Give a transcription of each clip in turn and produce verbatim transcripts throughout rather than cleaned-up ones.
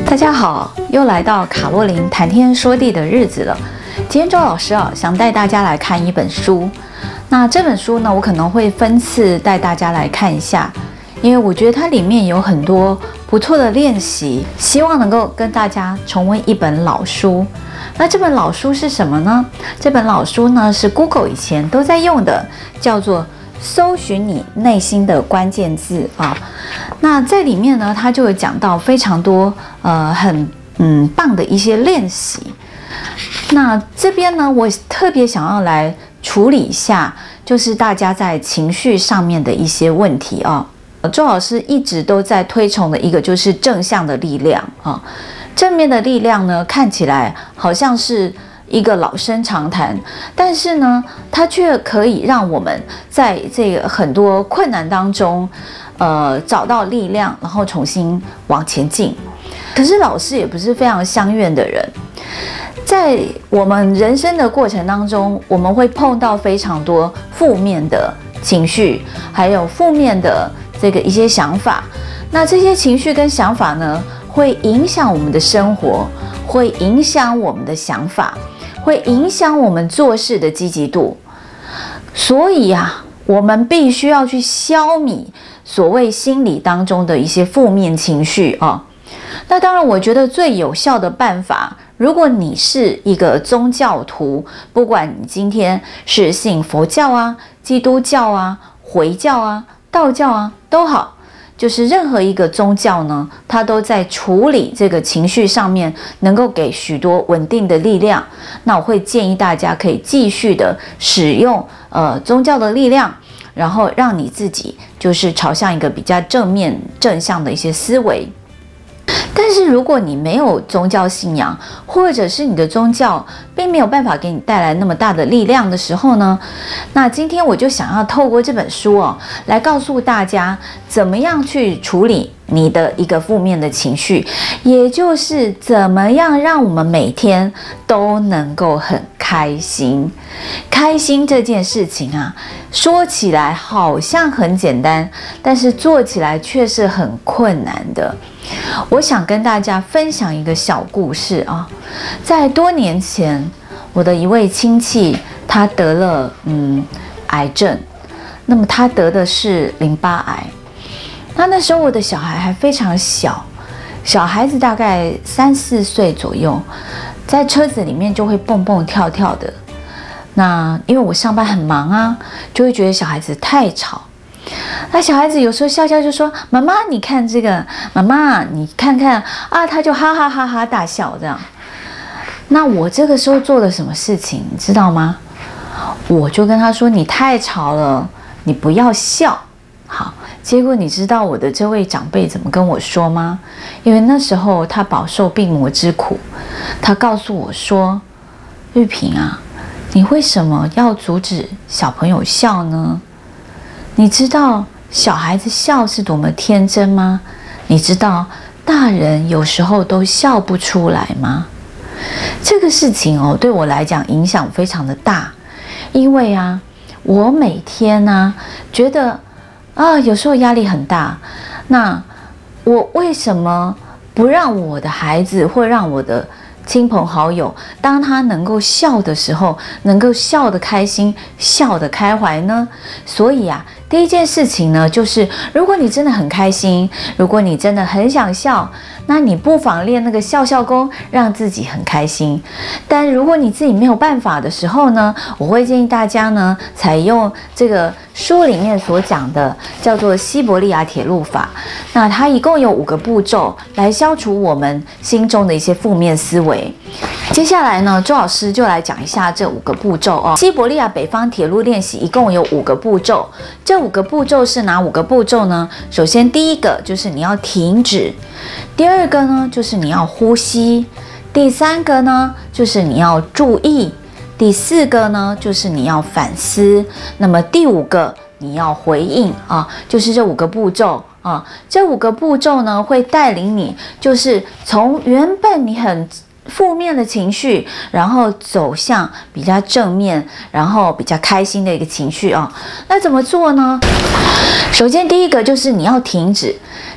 大家好，又来到卡洛琳谈天说地的日子了。今天周老师啊，想带大家来看一本书。那这本书呢，我可能会分次带大家来看一下，因为我觉得它里面有很多不错的练习，希望能够跟大家重温一本老书。那这本老书是什么呢？这本老书呢是 Google 以前都在用的，叫做搜寻你内心的关键字啊。那在里面呢，它就有讲到非常多呃很嗯棒的一些练习。那这边呢，我特别想要来处理一下，就是大家在情绪上面的一些问题啊。周老师一直都在推崇的一个就是正向的力量啊，正面的力量呢，看起来好像是一个老生常谈，但是呢，它却可以让我们在这个很多困难当中，呃，找到力量，然后重新往前进。可是老师也不是非常相怨的人，在我们人生的过程当中，我们会碰到非常多负面的情绪，还有负面的这个一些想法。那这些情绪跟想法呢，会影响我们的生活，会影响我们的想法，会影响我们做事的积极度。所以啊，我们必须要去消弭所谓心理当中的一些负面情绪啊。那当然，我觉得最有效的办法，如果你是一个宗教徒，不管你今天是信佛教啊、基督教啊、回教啊、道教啊都好，就是任何一个宗教呢，它都在处理这个情绪上面，能够给许多稳定的力量。那我会建议大家可以继续的使用呃宗教的力量，然后让你自己就是朝向一个比较正面正向的一些思维。但是如果你没有宗教信仰，或者是你的宗教并没有办法给你带来那么大的力量的时候呢，那今天我就想要透过这本书哦，来告诉大家怎么样去处理你的一个负面的情绪，也就是怎么样让我们每天都能够很开心。开心这件事情啊，说起来好像很简单，但是做起来却是很困难的。我想跟大家分享一个小故事啊，在多年前，我的一位亲戚他得了嗯癌症，那么他得的是淋巴癌。那那时候我的小孩还非常小，小孩子大概三四岁左右，在车子里面就会蹦蹦跳跳的。那因为我上班很忙啊，就会觉得小孩子太吵。那小孩子有时候笑笑就说：“妈妈，你看这个，妈妈，你看看啊。”他就哈哈哈哈大笑这样。那我这个时候做了什么事情，你知道吗？我就跟他说：“你太吵了，你不要笑。”好，结果你知道我的这位长辈怎么跟我说吗？因为那时候他饱受病魔之苦，他告诉我说：“玉萍啊，你为什么要阻止小朋友笑呢？你知道小孩子笑是多么天真吗？你知道大人有时候都笑不出来吗？”这个事情哦，对我来讲影响非常的大，因为啊，我每天呢、啊、觉得啊，有时候压力很大。那我为什么不让我的孩子或让我的亲朋好友，当他能够笑的时候，能够笑得开心，笑得开怀呢？所以啊，第一件事情呢，就是如果你真的很开心，如果你真的很想笑，那你不妨练那个笑笑功，让自己很开心。但如果你自己没有办法的时候呢，我会建议大家呢，采用这个书里面所讲的叫做西伯利亚铁路法。那它一共有五个步骤来消除我们心中的一些负面思维。接下来呢，周老师就来讲一下这五个步骤哦。西伯利亚北方铁路练习一共有五个步骤，这五个步骤是哪五个步骤呢？首先第一个就是你要停止，第二个呢就是你要呼吸，第三个呢就是你要注意，第四个呢就是你要反思，那么第五个你要回应啊，就是这五个步骤啊。这五个步骤呢会带领你，就是从原本你很负面的情绪，然后走向比较正面，然后比较开心的一个情绪啊。那怎么做呢？首先第一个就是你要停止。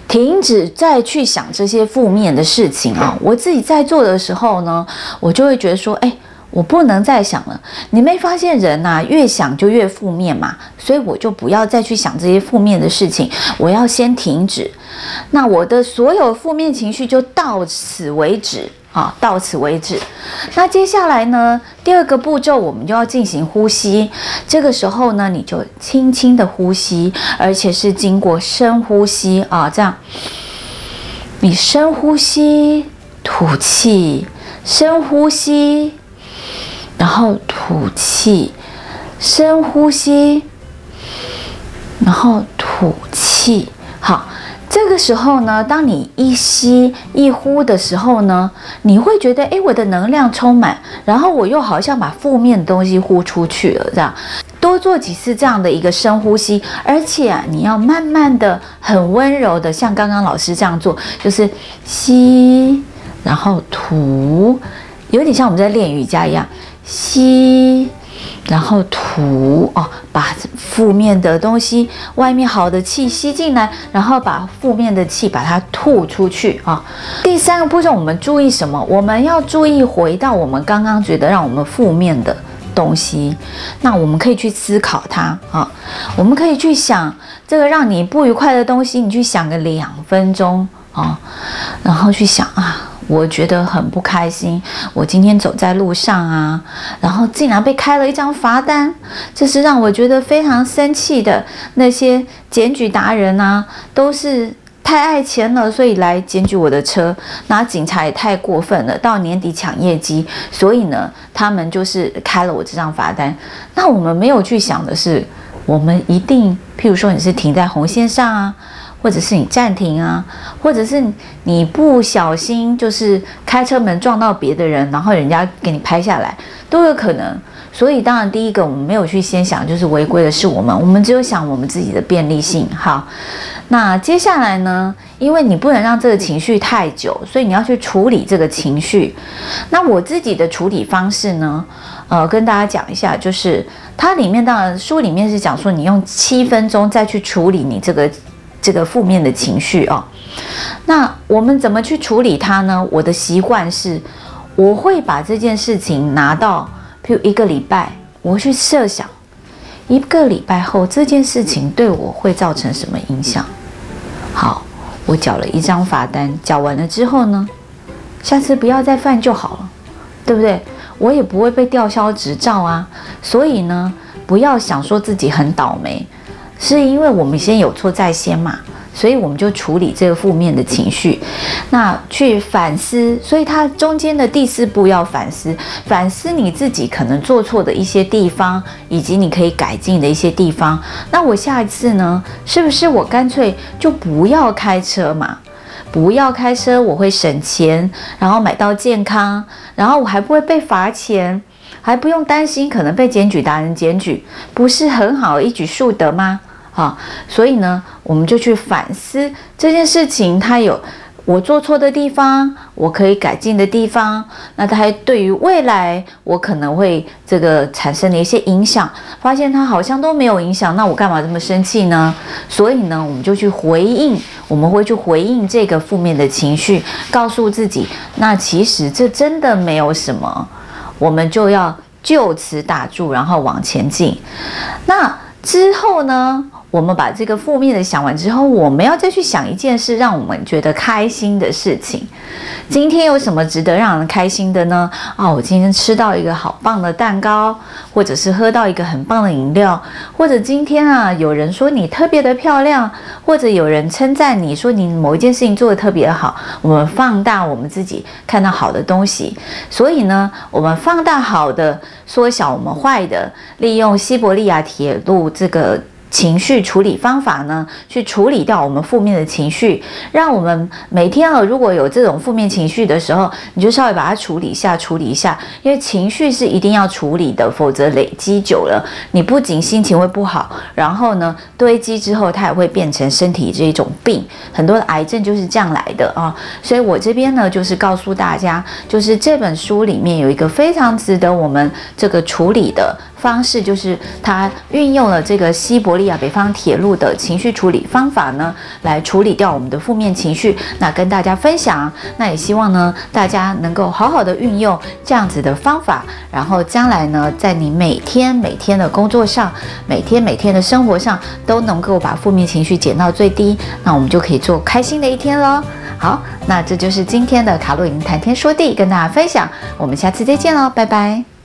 停止再去想这些负面的事情啊！我自己在做的时候呢，我就会觉得说，哎，我不能再想了。你没发现人呐、啊，越想就越负面嘛？所以我就不要再去想这些负面的事情，我要先停止。那我的所有负面情绪就到此为止啊，到此为止。那接下来呢，第二个步骤我们就要进行呼吸。这个时候呢，你就轻轻的呼吸，而且是经过深呼吸啊，这样，你深呼吸，吐气，深呼吸，然后吐气，深呼吸，然后吐气。好。这个时候呢，当你一吸一呼的时候呢，你会觉得，哎，我的能量充满，然后我又好像把负面的东西呼出去了，这样。多做几次这样的一个深呼吸，而且啊，你要慢慢的、很温柔的，像刚刚老师这样做，就是吸，然后吐，有点像我们在练瑜伽一样，吸。然后吐哦，把负面的东西、外面好的气吸进来，然后把负面的气把它吐出去啊、哦。第三个步骤，我们注意什么？我们要注意回到我们刚刚觉得让我们负面的东西，那我们可以去思考它啊、哦。我们可以去想这个让你不愉快的东西，你去想个两分钟啊、哦，然后去想啊。我觉得很不开心，我今天走在路上啊，然后竟然被开了一张罚单，这是让我觉得非常生气的。那些检举达人啊，都是太爱钱了，所以来检举我的车。那警察也太过分了，到年底抢业绩，所以呢，他们就是开了我这张罚单。那我们没有去想的是，我们一定，譬如说你是停在红线上啊。或者是你暂停啊，或者是你不小心就是开车门撞到别的人，然后人家给你拍下来，都有可能。所以当然第一个我们没有去先想，就是违规的是我们，我们只有想我们自己的便利性。好，那接下来呢，因为你不能让这个情绪太久，所以你要去处理这个情绪。那我自己的处理方式呢，呃，跟大家讲一下，就是它里面当然书里面是讲说，你用七分钟再去处理你这个。这个负面的情绪哦，那我们怎么去处理它呢？我的习惯是，我会把这件事情拿到，譬如一个礼拜，我会去设想，一个礼拜后这件事情对我会造成什么影响。好，我缴了一张罚单，缴完了之后呢，下次不要再犯就好了，对不对？我也不会被吊销执照啊。所以呢，不要想说自己很倒霉。是因为我们先有错在先嘛，所以我们就处理这个负面的情绪，那去反思。所以它中间的第四步要反思，反思你自己可能做错的一些地方，以及你可以改进的一些地方。那我下一次呢，是不是我干脆就不要开车嘛？不要开车，我会省钱，然后买到健康，然后我还不会被罚钱。还不用担心可能被检举达人检举，不是很好的一举数得吗？啊，所以呢，我们就去反思这件事情，它有我做错的地方，我可以改进的地方。那它对于未来我可能会这个产生的一些影响，发现它好像都没有影响，那我干嘛这么生气呢？所以呢，我们就去回应，我们会去回应这个负面的情绪，告诉自己，那其实这真的没有什么。我们就要就此打住，然后往前进。那之后呢，我们把这个负面的想完之后，我们要再去想一件事，让我们觉得开心的事情。今天有什么值得让人开心的呢？啊、哦，我今天吃到一个好棒的蛋糕，或者是喝到一个很棒的饮料，或者今天啊，有人说你特别的漂亮，或者有人称赞你说你某一件事情做得特别好。我们放大我们自己看到好的东西，所以呢，我们放大好的，缩小我们坏的，利用西伯利亚铁路这个。情绪处理方法呢，去处理掉我们负面的情绪，让我们每天啊，如果有这种负面情绪的时候，你就稍微把它处理一下，处理一下，因为情绪是一定要处理的，否则累积久了，你不仅心情会不好，然后呢，堆积之后它也会变成身体这一种病，很多的癌症就是这样来的啊。所以我这边呢，就是告诉大家，就是这本书里面有一个非常值得我们这个处理的方式，就是他运用了这个西伯利亚北方铁路的情绪处理方法呢，来处理掉我们的负面情绪。那跟大家分享，那也希望呢大家能够好好的运用这样子的方法，然后将来呢，在你每天每天的工作上，每天每天的生活上，都能够把负面情绪减到最低，那我们就可以做开心的一天咯。好，那这就是今天的卡洛琳谈天说地，跟大家分享，我们下次再见喽，拜拜。